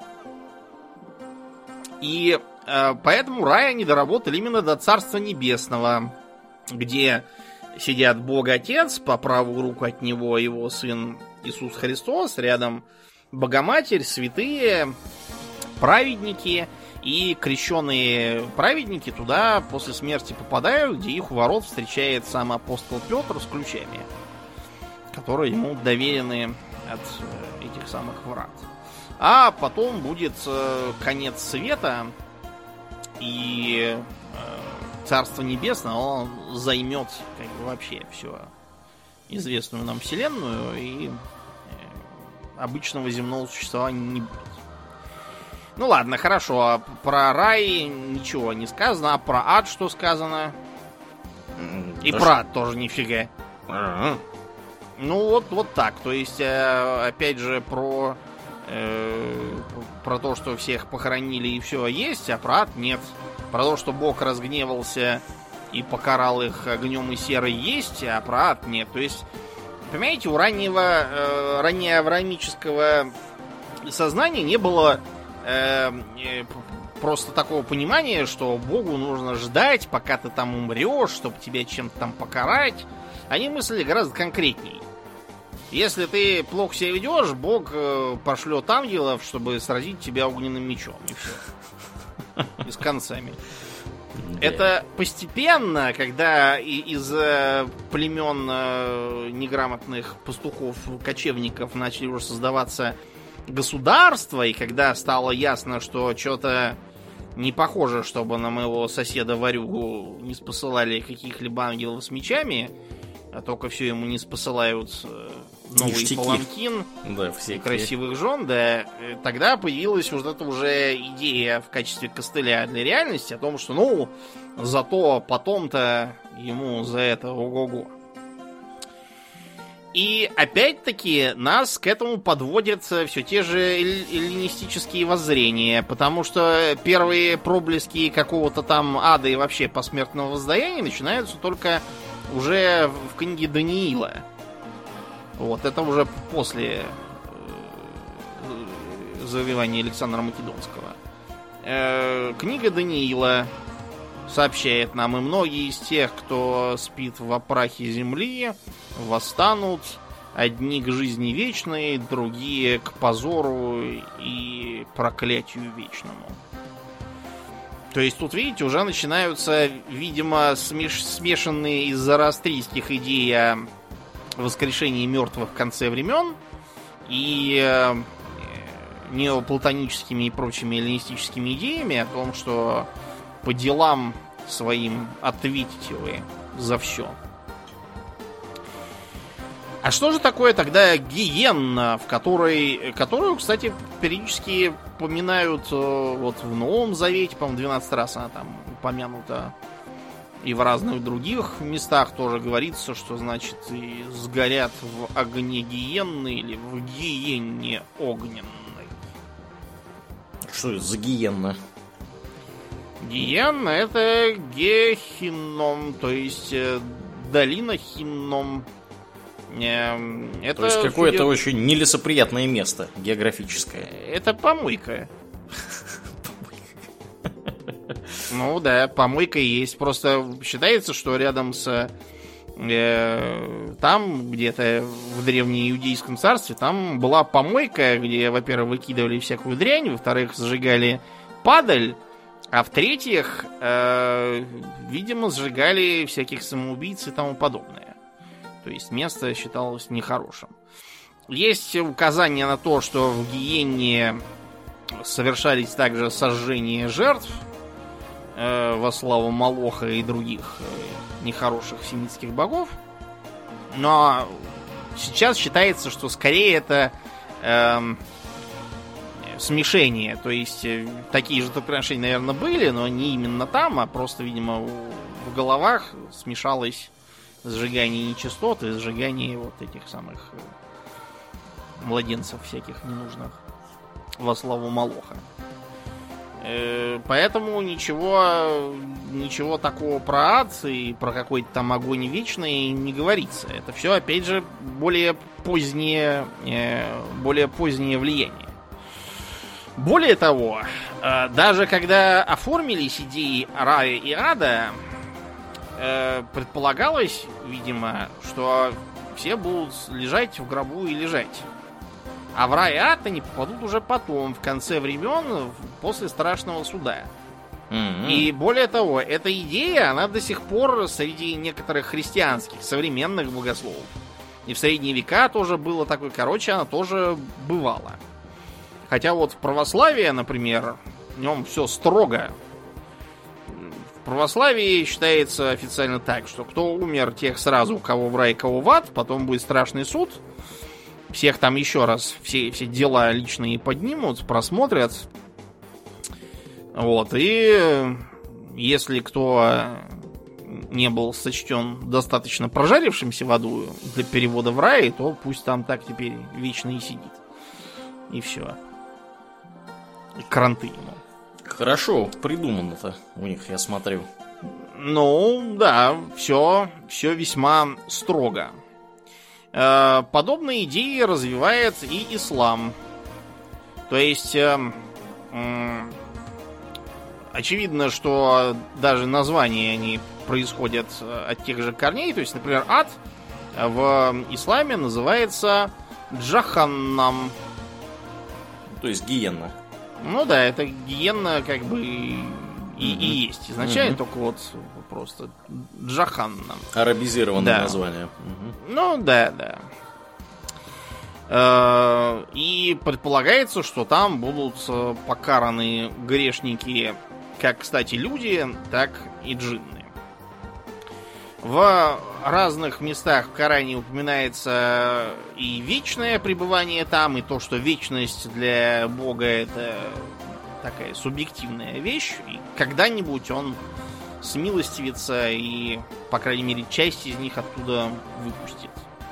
И поэтому рай они доработали именно до Царства Небесного, где сидят Бог Отец, по правую руку от него его Сын Иисус Христос, рядом Богоматерь, святые, праведники, и крещеные праведники туда после смерти попадают, где их у ворот встречает сам апостол Петр с ключами, которые ему доверены от этих самых врат. А потом будет конец света, и Царство Небесное, он займет как бы вообще всю известную нам Вселенную, и обычного земного существования не будет. Ну ладно, хорошо. А про рай ничего не сказано. А про ад что сказано? И про ад тоже нифига. Ну вот так. То есть, опять же, про то, что всех похоронили и все есть, а про ад нет. Про то, что Бог разгневался и покарал их огнем и серой, есть, а про ад нет. То есть, понимаете, у ранее авраамического сознания не было просто такого понимания, что Богу нужно ждать, пока ты там умрешь, чтобы тебя чем-то там покарать. Они мыслили гораздо конкретней. Если ты плохо себя ведешь, Бог пошлет ангелов, чтобы сразить тебя огненным мечом. И все. И с концами. Это постепенно, когда из племен неграмотных пастухов-кочевников начали уже создаваться государства, и когда стало ясно, что что-то не похоже, чтобы на моего соседа-ворюгу не спосылали каких-либо ангелов с мечами, а только все ему не спосылают новый паланкин, да, и красивых жен, да, тогда появилась вот эта уже идея в качестве костыля для реальности о том, что, ну, зато потом-то ему за это ого-го. И опять-таки нас к этому подводят все те же эллинистические воззрения, потому что первые проблески какого-то там ада и вообще посмертного воздаяния начинаются только уже в книге Даниила. Вот, это уже после завоевания Александра Македонского. Книга Даниила сообщает нам: и многие из тех, кто спит в прахе земли, восстанут, одни к жизни вечной, другие к позору и проклятию вечному. То есть тут, видите, уже начинаются, видимо, смешанные из зороастрийских идей о воскрешении мертвых в конце времен и неоплатоническими и прочими эллинистическими идеями о том, что по делам своим ответите вы за все. А что же такое тогда гиенна, которую, кстати, периодически поминают вот в Новом Завете, по-моему, 12 раз она там упомянута, и в разных других местах тоже говорится, что, значит, и сгорят в огне гиенны или в гиенне огненной. Что это за гиенна? Гиенна — это Гехинном, то есть долина Хинном. Это, то есть какое-то очень нелесоприятное место географическое. Это помойка. Ну да, помойка есть. Просто считается, что рядом с там, где-то в древнеиудейском царстве, там была помойка, где, во-первых, выкидывали всякую дрянь, во-вторых, сжигали падаль, а в-третьих, видимо, сжигали всяких самоубийц и тому подобное. То есть место считалось нехорошим. Есть указания на то, что в гиенне совершались также сожжения жертв во славу Молоха и других нехороших семитских богов. Но сейчас считается, что скорее это смешение. То есть такие же жертвоприношения, наверное, были, но не именно там, а просто, видимо, в головах смешалось сжигание нечистот и сжигание вот этих самых младенцев всяких ненужных во славу Молоха. Поэтому ничего такого про ад и про какой-то там огонь вечный не говорится. Это все, опять же, более позднее влияние. Более того, даже когда оформились идеи рая и ада, предполагалось, видимо, что все будут лежать в гробу и лежать. А в рай и ад они попадут уже потом, в конце времен, после страшного суда. Mm-hmm. И более того, эта идея, она до сих пор среди некоторых христианских, современных богословов. И в средние века тоже было такое, короче, она тоже бывала. Хотя вот в православии, например, в нем все строго. В православии считается официально так, что кто умер, тех сразу, кого в рай, кого в ад, потом будет страшный суд. Всех там еще раз все дела личные поднимут, просмотрят. Вот, и если кто не был сочтен достаточно прожарившимся в аду для перевода в рай, то пусть там так теперь вечно и сидит. И все. И кранты ему. Хорошо придумано-то у них, я смотрю. Ну, да, все весьма строго. Подобные идеи развивает и ислам. То есть, очевидно, что даже названия они происходят от тех же корней. То есть, например, ад в исламе называется Джаханнам. То есть гиенна. Ну да, это гиенна как бы и есть. Изначально только вот просто Джаханнам. Арабизированное название. Ну да. И предполагается, что там будут покараны грешники, как, кстати, люди, так и джинны. В разных местах в Коране упоминается и вечное пребывание там, и то, что вечность для Бога — это такая субъективная вещь, и когда-нибудь он смилостивится и, по крайней мере, часть из них оттуда выпустит.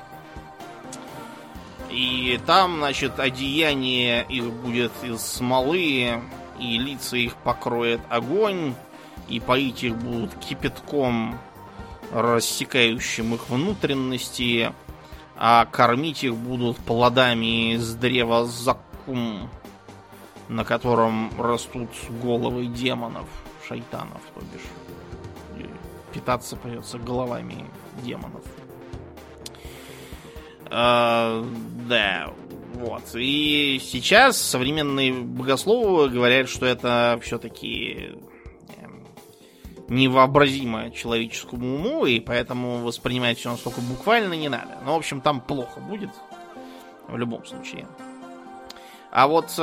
И там, значит, одеяние их будет из смолы, и лица их покроет огонь, и поить их будут кипятком, рассекающим их внутренности, А кормить их будут плодами с древа Заккум, на котором растут головы демонов, шайтанов, то бишь. И питаться придется головами демонов. Да, вот. И сейчас современные богословы говорят, что это все-таки невообразимо человеческому уму, и поэтому воспринимать все настолько буквально не надо. Но, в общем, там плохо будет в любом случае. А вот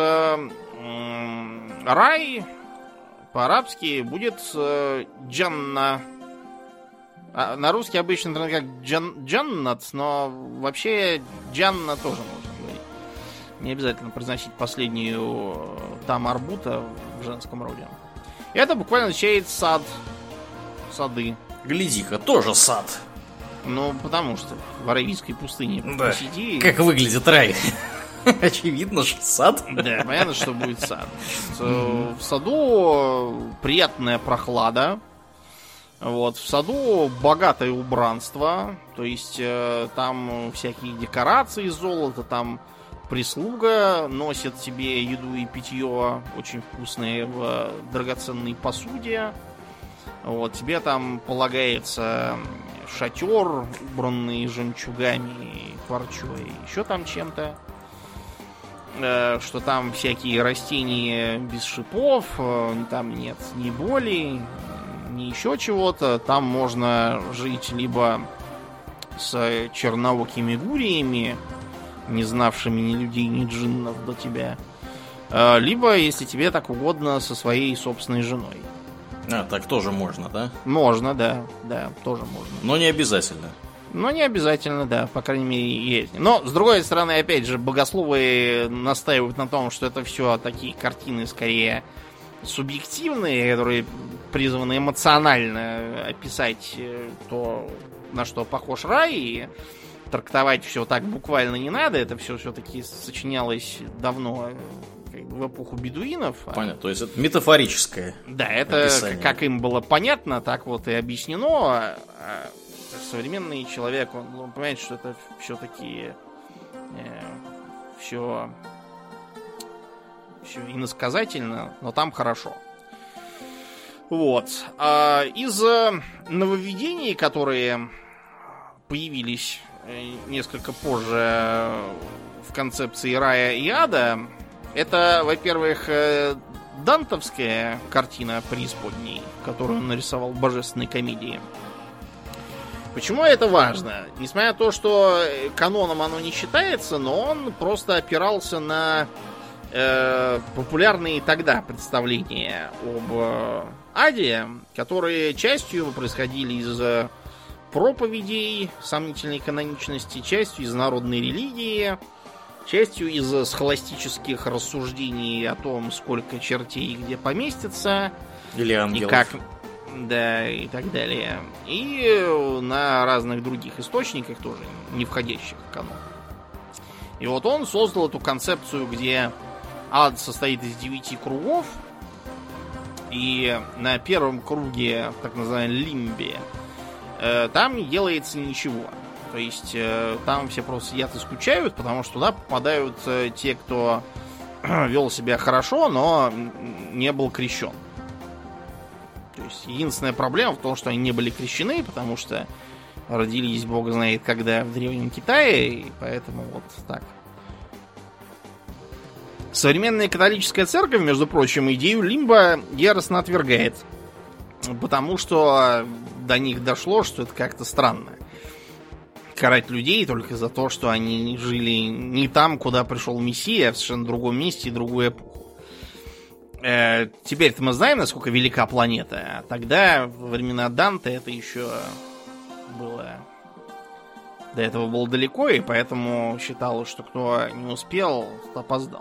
рай по-арабски будет джанна. На русский обычно это как джаннат, но вообще джанна тоже можно говорить. Не обязательно произносить последнюю там арбута в женском роде. И это буквально означает сад. Сады. Гляди-ка, тоже сад. Ну, потому что в Аравийской пустыне да. посиди. Как выглядит рай? Очевидно, что сад. Да, понятно, что будет сад. В саду приятная прохлада. Вот, в саду богатое убранство. То есть там всякие декорации из золота, там прислуга носит тебе еду и питье очень вкусные в драгоценной посуде. Вот, тебе там полагается шатер, убранный жемчугами, парчой, еще там чем-то. Что там всякие растения без шипов, там нет ни боли, ни еще чего-то. Там можно жить либо с черноокими гуриями, не знавшими ни людей, ни джиннов до тебя, либо, если тебе так угодно, со своей собственной женой. А, так тоже можно, да? Можно, да, да, тоже можно. Но не обязательно. Но не обязательно, да, по крайней мере, есть. Но, с другой стороны, опять же, богословы настаивают на том, что это все такие картины, скорее, субъективные, которые призваны эмоционально описать то, на что похож рай, и трактовать все так буквально не надо. Это все-таки сочинялось давно, в эпоху бедуинов. Понятно, то есть это метафорическое. Да, это описание. Как им было понятно, так вот и объяснено. Современный человек, он понимает, что это все-таки все иносказательно, но там хорошо. Вот. Из нововведений, которые появились несколько позже в концепции рая и ада, это, во-первых, дантовская картина преисподней, которую он нарисовал в божественной комедии. Почему это важно? Несмотря на то, что каноном оно не считается, но он просто опирался на популярные тогда представления об аде, которые частью происходили из проповедей сомнительной каноничности, частью из народной религии, частью из схоластических рассуждений о том, сколько чертей где поместится. Или ангелов. И как, да, и так далее. И на разных других источниках, тоже не входящих в канон. И вот он создал эту концепцию, где ад состоит из 9 кругов. И на первом круге, так называемом лимбе, там не делается ничего. То есть там все просто сидят и скучают, потому что туда попадают те, кто вел себя хорошо, но не был крещен. То есть единственная проблема в том, что они не были крещены, потому что родились, бог знает когда, в Древнем Китае, и поэтому вот так. Современная католическая церковь, между прочим, идею лимба яростно отвергает. Потому что до них дошло, что это как-то странно. Карать людей только за то, что они жили не там, куда пришел Мессия, а в совершенно другом месте и другую эпоху. Теперь-то мы знаем, насколько велика планета. А тогда, во времена Данте, это еще было... До этого было далеко, и поэтому считалось, что кто не успел, тот опоздал.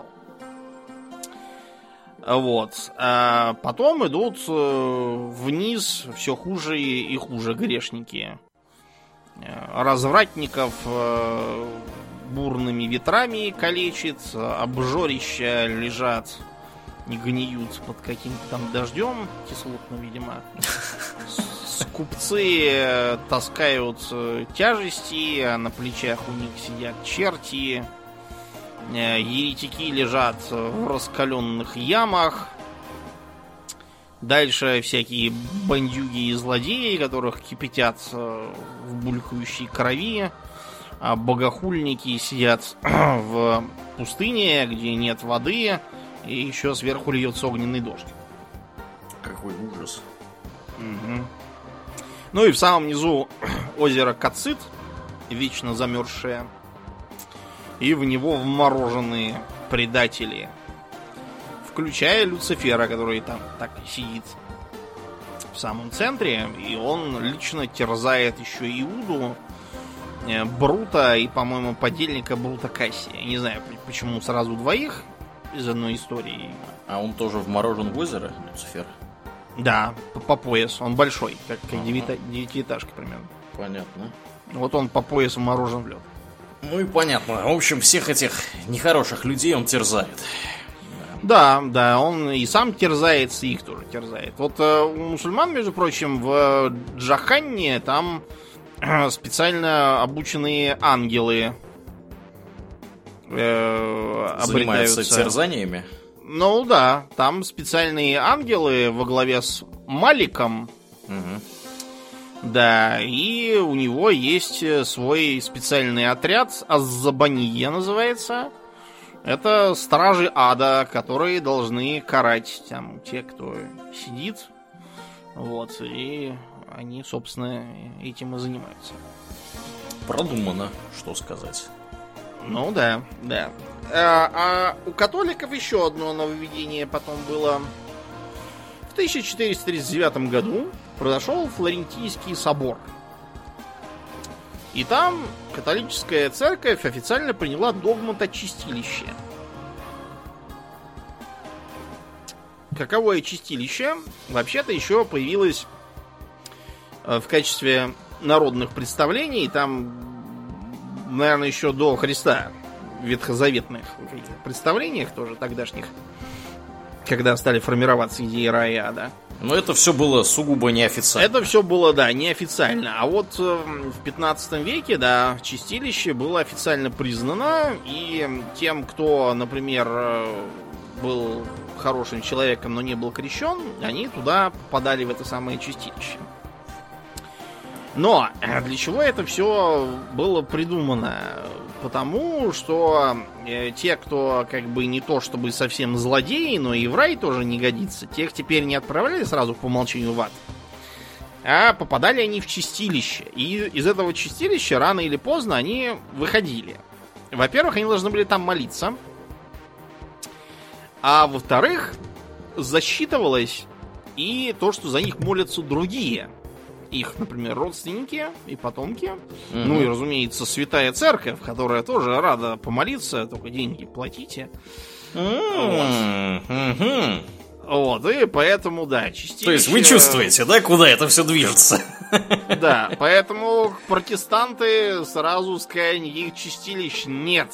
Вот. А потом идут вниз все хуже и хуже грешники. Развратников бурными ветрами калечит, обжорища лежат и гниют под каким-то там дождем кислотным, видимо, Скупцы таскают тяжести, а на плечах у них сидят черти. Еретики лежат в раскаленных ямах. Дальше всякие бандюги и злодеи, которых кипятят в булькающей крови. А богохульники сидят в пустыне, где нет воды, и еще сверху льется огненный дождь. Какой ужас. Угу. Ну и в самом низу озеро Кацит, вечно замерзшее. И в него вмороженные предатели. Включая Люцифера, который там так и сидит в самом центре. И он лично терзает еще Иуду, Брута и, по-моему, подельника Брута Кассия. Я не знаю, почему сразу двоих из одной истории. А он тоже вморожен в озеро, Люцифер? Да, по пояс. Он большой, как девятиэтажка примерно. Понятно. Вот он по поясу морожен в лед. Ну и понятно. В общем, всех этих нехороших людей он терзает. Да, да, он и сам терзается, и их тоже терзает. Вот у мусульман, между прочим, в Джаханне там специально обученные ангелы занимаются терзаниями? Ну да, там специальные ангелы во главе с Маликом. Угу. Да, и у него есть свой специальный отряд, Аззабания называется. Это стражи ада, которые должны карать там те, кто сидит. Вот, и они, собственно, этим и занимаются. Продумано, что сказать. Ну да, да. А у католиков еще одно нововведение потом было. В 1439 году произошел Флорентийский собор. И там католическая церковь официально приняла догмат о чистилище. Каковое чистилище вообще-то еще появилось в качестве народных представлений, там, наверное, еще до Христа, в ветхозаветных представлениях тоже тогдашних, когда стали формироваться идеи рая и ада. Но это все было сугубо неофициально. Это все было, да, неофициально. А вот в 15 веке, да, чистилище было официально признано, и тем, кто, например, был хорошим человеком, но не был крещен, они туда попадали в это самое чистилище. Но для чего это все было придумано? Потому что те, кто как бы не то чтобы совсем злодеи, но и в рай тоже не годится, тех теперь не отправляли сразу по умолчанию в ад, а попадали они в чистилище. И из этого чистилища рано или поздно они выходили. Во-первых, они должны были там молиться. А во-вторых, засчитывалось и то, что за них молятся другие. Их, например, родственники и потомки. Ну и, разумеется, святая церковь, которая тоже рада помолиться, только деньги платите. Вот, и поэтому, да, чистилище... То есть вы чувствуете, да, куда это все движется? Да, поэтому протестанты сразу сказали, никаких чистилищ нет.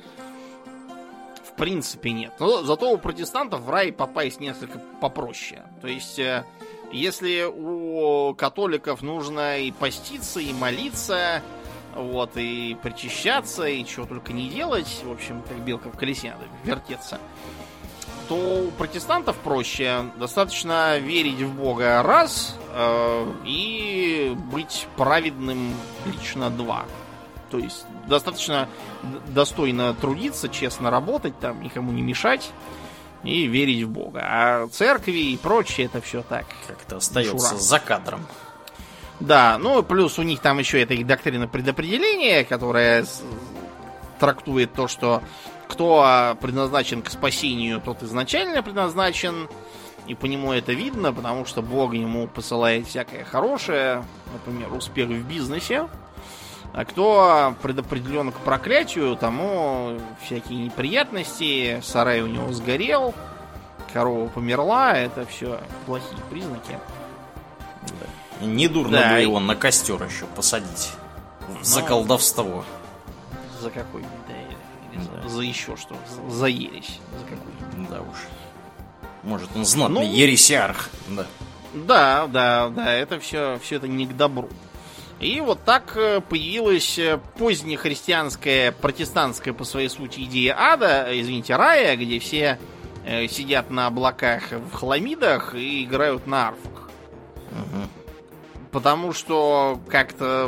В принципе нет. Но зато у протестантов в рай попасть несколько попроще. То есть... Если у католиков нужно и поститься, и молиться, вот, и причащаться, и чего только не делать, в общем, как белка в колесе надо вертеться, то у протестантов проще. Достаточно верить в Бога раз и быть праведным лично два. То есть достаточно достойно трудиться, честно работать, там никому не мешать. И верить в Бога. А церкви и прочее, это все так. Как-то остается за кадром. Да, ну плюс у них там еще эта их доктрина предопределения, которая трактует то, что кто предназначен к спасению, тот изначально предназначен. И по нему это видно, потому что Бог ему посылает всякое хорошее, например, успех в бизнесе. А кто предопределен к проклятию, тому всякие неприятности, сарай у него сгорел, корова померла, это все плохие признаки. Да. Недурно бы его на костер еще посадить. За колдовство. За какой? Да. За еще что? За ересь. За какой? Да уж. Может, он знатный ересиарх. Да. Да, это все это не к добру. И вот так появилась позднехристианская, протестантская по своей сути идея ада, рая, где все сидят на облаках в хламидах и играют на арфах. Угу. Потому что как-то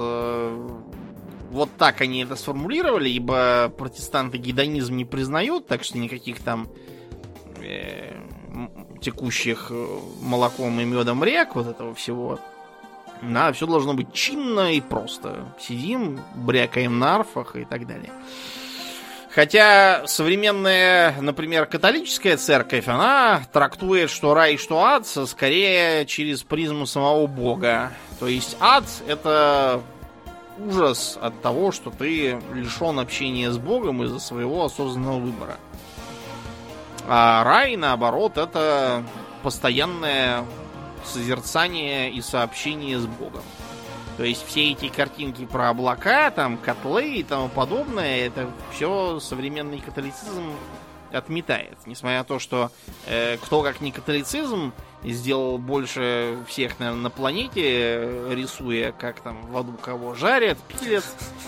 вот так они это сформулировали, ибо протестанты гедонизм не признают, так что никаких там текущих молоком и медом рек, вот этого всего. Да, все должно быть чинно и просто. Сидим, брякаем на арфах и так далее. Хотя современная, например, католическая церковь, она трактует, что рай и что ад скорее через призму самого Бога. То есть ад — это ужас от того, что ты лишен общения с Богом из-за своего осознанного выбора. А рай, наоборот, это постоянное созерцание и сообщение с Богом. То есть все эти картинки про облака, там, котлы и тому подобное, это все современный католицизм отметает. Несмотря на то, что кто как не католицизм сделал больше всех, наверное, на планете, рисуя, как там в аду кого жарят, пилят.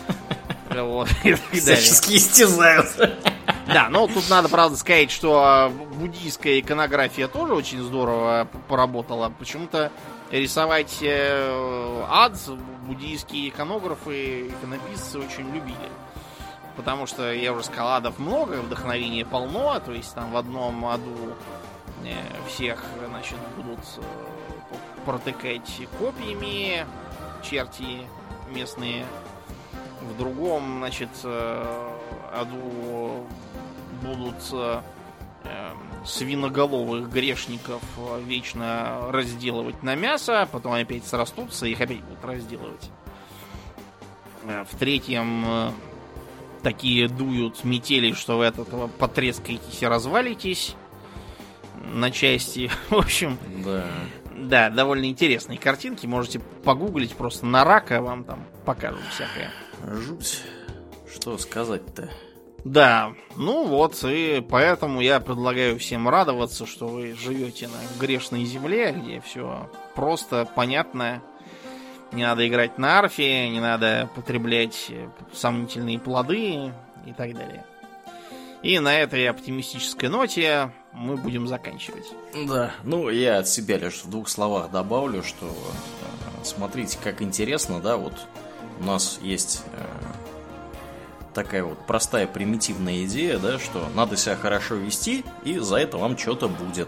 Всячески истязают. Да, но тут надо, правда, сказать, что буддийская иконография тоже очень здорово поработала. Почему-то рисовать ад буддийские иконографы, иконописцы очень любили. Потому что, я уже сказал, адов много, вдохновения полно. То есть там в одном аду всех, значит, будут протыкать копьями черти местные. В другом, значит, аду будут свиноголовых грешников вечно разделывать на мясо, потом опять срастутся, их опять будут разделывать. В третьем такие дуют метели, что вы от этого потрескаетесь и развалитесь на части. В общем, да, довольно интересные картинки. Можете погуглить просто на рака, вам там покажут всякое. Жуть. Что сказать-то? Да, ну вот, и поэтому я предлагаю всем радоваться, что вы живете на грешной земле, где все просто, понятно. Не надо играть на арфе, не надо потреблять сомнительные плоды и так далее. И на этой оптимистической ноте мы будем заканчивать. Да, ну я от себя лишь в двух словах добавлю, что смотрите, как интересно, да, вот у нас есть такая вот простая примитивная идея, да, что надо себя хорошо вести, и за это вам что-то будет.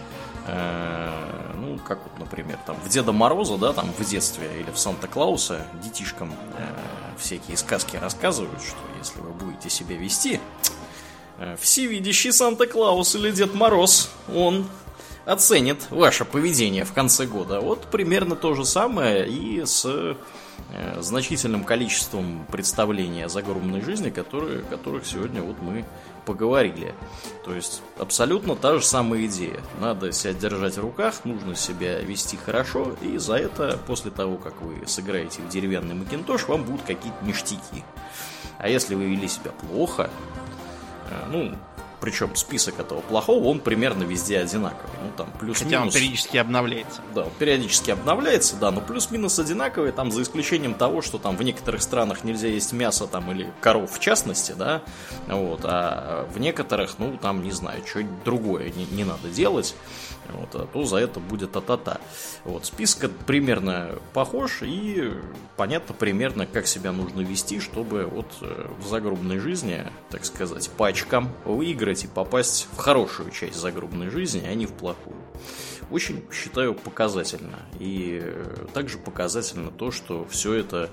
Ну, как вот, например, там в Деда Мороза, да, там в детстве или в Санта-Клауса детишкам всякие сказки рассказывают, что если вы будете себя вести, всевидящий Санта-Клаус или Дед Мороз, он оценит ваше поведение в конце года. Вот примерно то же самое и с значительным количеством представлений о загробной жизни, которых сегодня вот мы поговорили. То есть абсолютно та же самая идея. Надо себя держать в руках, нужно себя вести хорошо, и за это, после того, как вы сыграете в деревянный макинтош, вам будут какие-то ништяки. А если вы вели себя плохо, ну, причем список этого плохого, он примерно везде одинаковый. Ну, там плюс-минус. Хотя он периодически обновляется. Да, он периодически обновляется, да, но плюс-минус одинаковый, там, за исключением того, что там в некоторых странах нельзя есть мясо, там, или коров в частности, да, вот, а в некоторых, ну, там, не знаю, что-нибудь другое не надо делать, вот, а то за это будет а-та-та. Вот, список примерно похож, и понятно примерно, как себя нужно вести, чтобы вот в загробной жизни, так сказать, пачкам выиграть и попасть в хорошую часть загробной жизни, а не в плохую. Очень, считаю, показательно. И также показательно то, что все это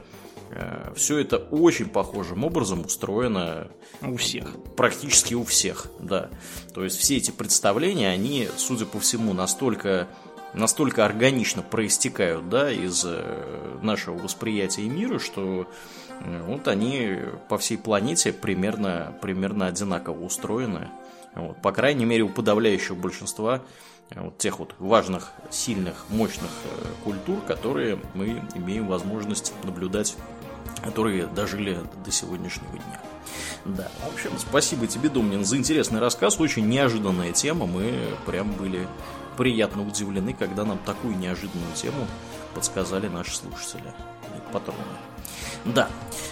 очень похожим образом устроено у всех. Практически у всех, да. То есть все эти представления, они, судя по всему, настолько органично проистекают, да, из нашего восприятия мира, что вот они по всей планете примерно одинаково устроены. Вот, по крайней мере, у подавляющего большинства вот тех вот важных, сильных, мощных культур, которые мы имеем возможность наблюдать, которые дожили до сегодняшнего дня. Да, в общем, спасибо тебе, Домнин, за интересный рассказ. Очень неожиданная тема. Мы прям были приятно удивлены, когда нам такую неожиданную тему подсказали наши слушатели и патроны. Да,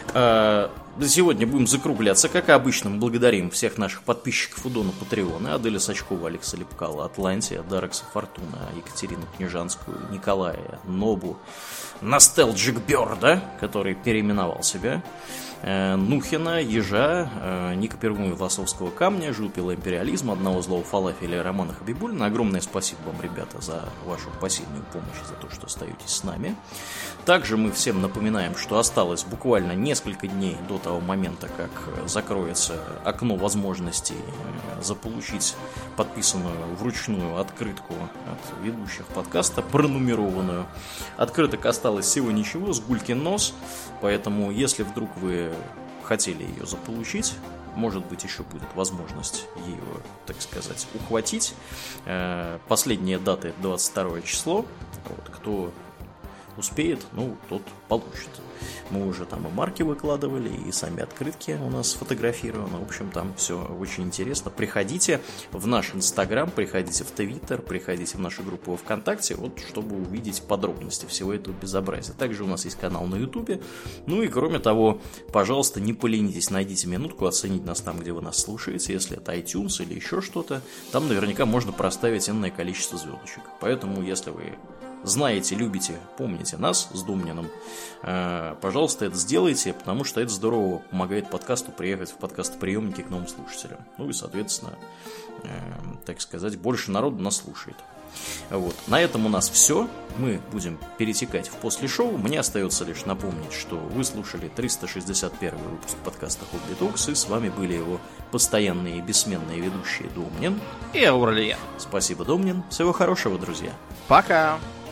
сегодня будем закругляться. Как обычно, мы благодарим всех наших подписчиков у Дона Патреона: Аделя Сачкова, Алекса Лепкала, Атлантия, Дарекса Фортуна, Екатерину Княжанскую, Николая, Нобу, Ностелджик Бёрда, который переименовал себя, Нухина, Ежа, Ника Первую Власовского Камня, Жупила Империализма, Одного Злого Фалафеля, Романа Хабибулина. Огромное спасибо вам, ребята, за вашу посильную помощь, за то, что остаетесь с нами. Также мы всем напоминаем, что осталось буквально несколько дней до того момента, как закроется окно возможностей заполучить подписанную вручную открытку от ведущих подкаста, пронумерованную. Открыток осталось всего ничего, с гулькин нос, поэтому если вдруг вы хотели ее заполучить, может быть, еще будет возможность ее, так сказать, ухватить. Последняя дата – 22 число. Вот, кто успеет, тот получит. Мы уже там и марки выкладывали, и сами открытки у нас сфотографированы. В общем, там все очень интересно. Приходите в наш Инстаграм, приходите в Твиттер, приходите в нашу группу во Вконтакте, вот, чтобы увидеть подробности всего этого безобразия. Также у нас есть канал на Ютубе. Ну и кроме того, пожалуйста, не поленитесь, найдите минутку оценить нас там, где вы нас слушаете. Если это iTunes или еще что-то, там наверняка можно проставить энное количество звездочек. Поэтому, если вы знаете, любите, помните нас с Домниным, пожалуйста, это сделайте, потому что это здорово помогает подкасту приехать в подкастоприемники к новым слушателям. Ну и, соответственно, так сказать, больше народу нас слушает. Вот. На этом у нас все. Мы будем перетекать в после шоу. Мне остается лишь напомнить, что вы слушали 361 выпуск подкаста Хобби Токс, и с вами были его постоянные и бессменные ведущие Домнин и Аурлиен. Спасибо, Домнин. Всего хорошего, друзья. Пока.